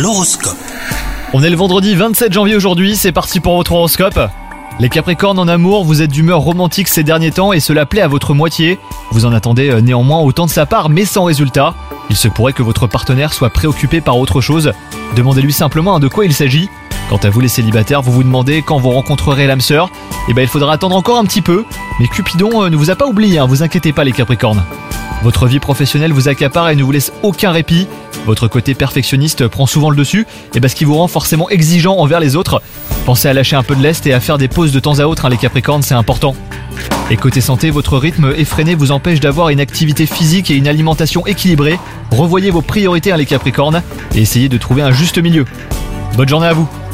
L'horoscope. On est le vendredi 27 janvier aujourd'hui, c'est parti pour votre horoscope. Les Capricornes en amour, vous êtes d'humeur romantique ces derniers temps et cela plaît à votre moitié. Vous en attendez néanmoins autant de sa part mais sans résultat. Il se pourrait que votre partenaire soit préoccupé par autre chose. Demandez-lui simplement de quoi il s'agit. Quant à vous les célibataires, vous vous demandez quand vous rencontrerez l'âme sœur. Il faudra attendre encore un petit peu. Mais Cupidon ne vous a pas oublié, vous inquiétez pas les Capricornes. Votre vie professionnelle vous accapare et ne vous laisse aucun répit. Votre côté perfectionniste prend souvent le dessus, ce qui vous rend forcément exigeant envers les autres. Pensez à lâcher un peu de lest et à faire des pauses de temps à autre, les Capricornes, c'est important. Et côté santé, votre rythme effréné vous empêche d'avoir une activité physique et une alimentation équilibrée. Revoyez vos priorités, les Capricornes, et essayez de trouver un juste milieu. Bonne journée à vous.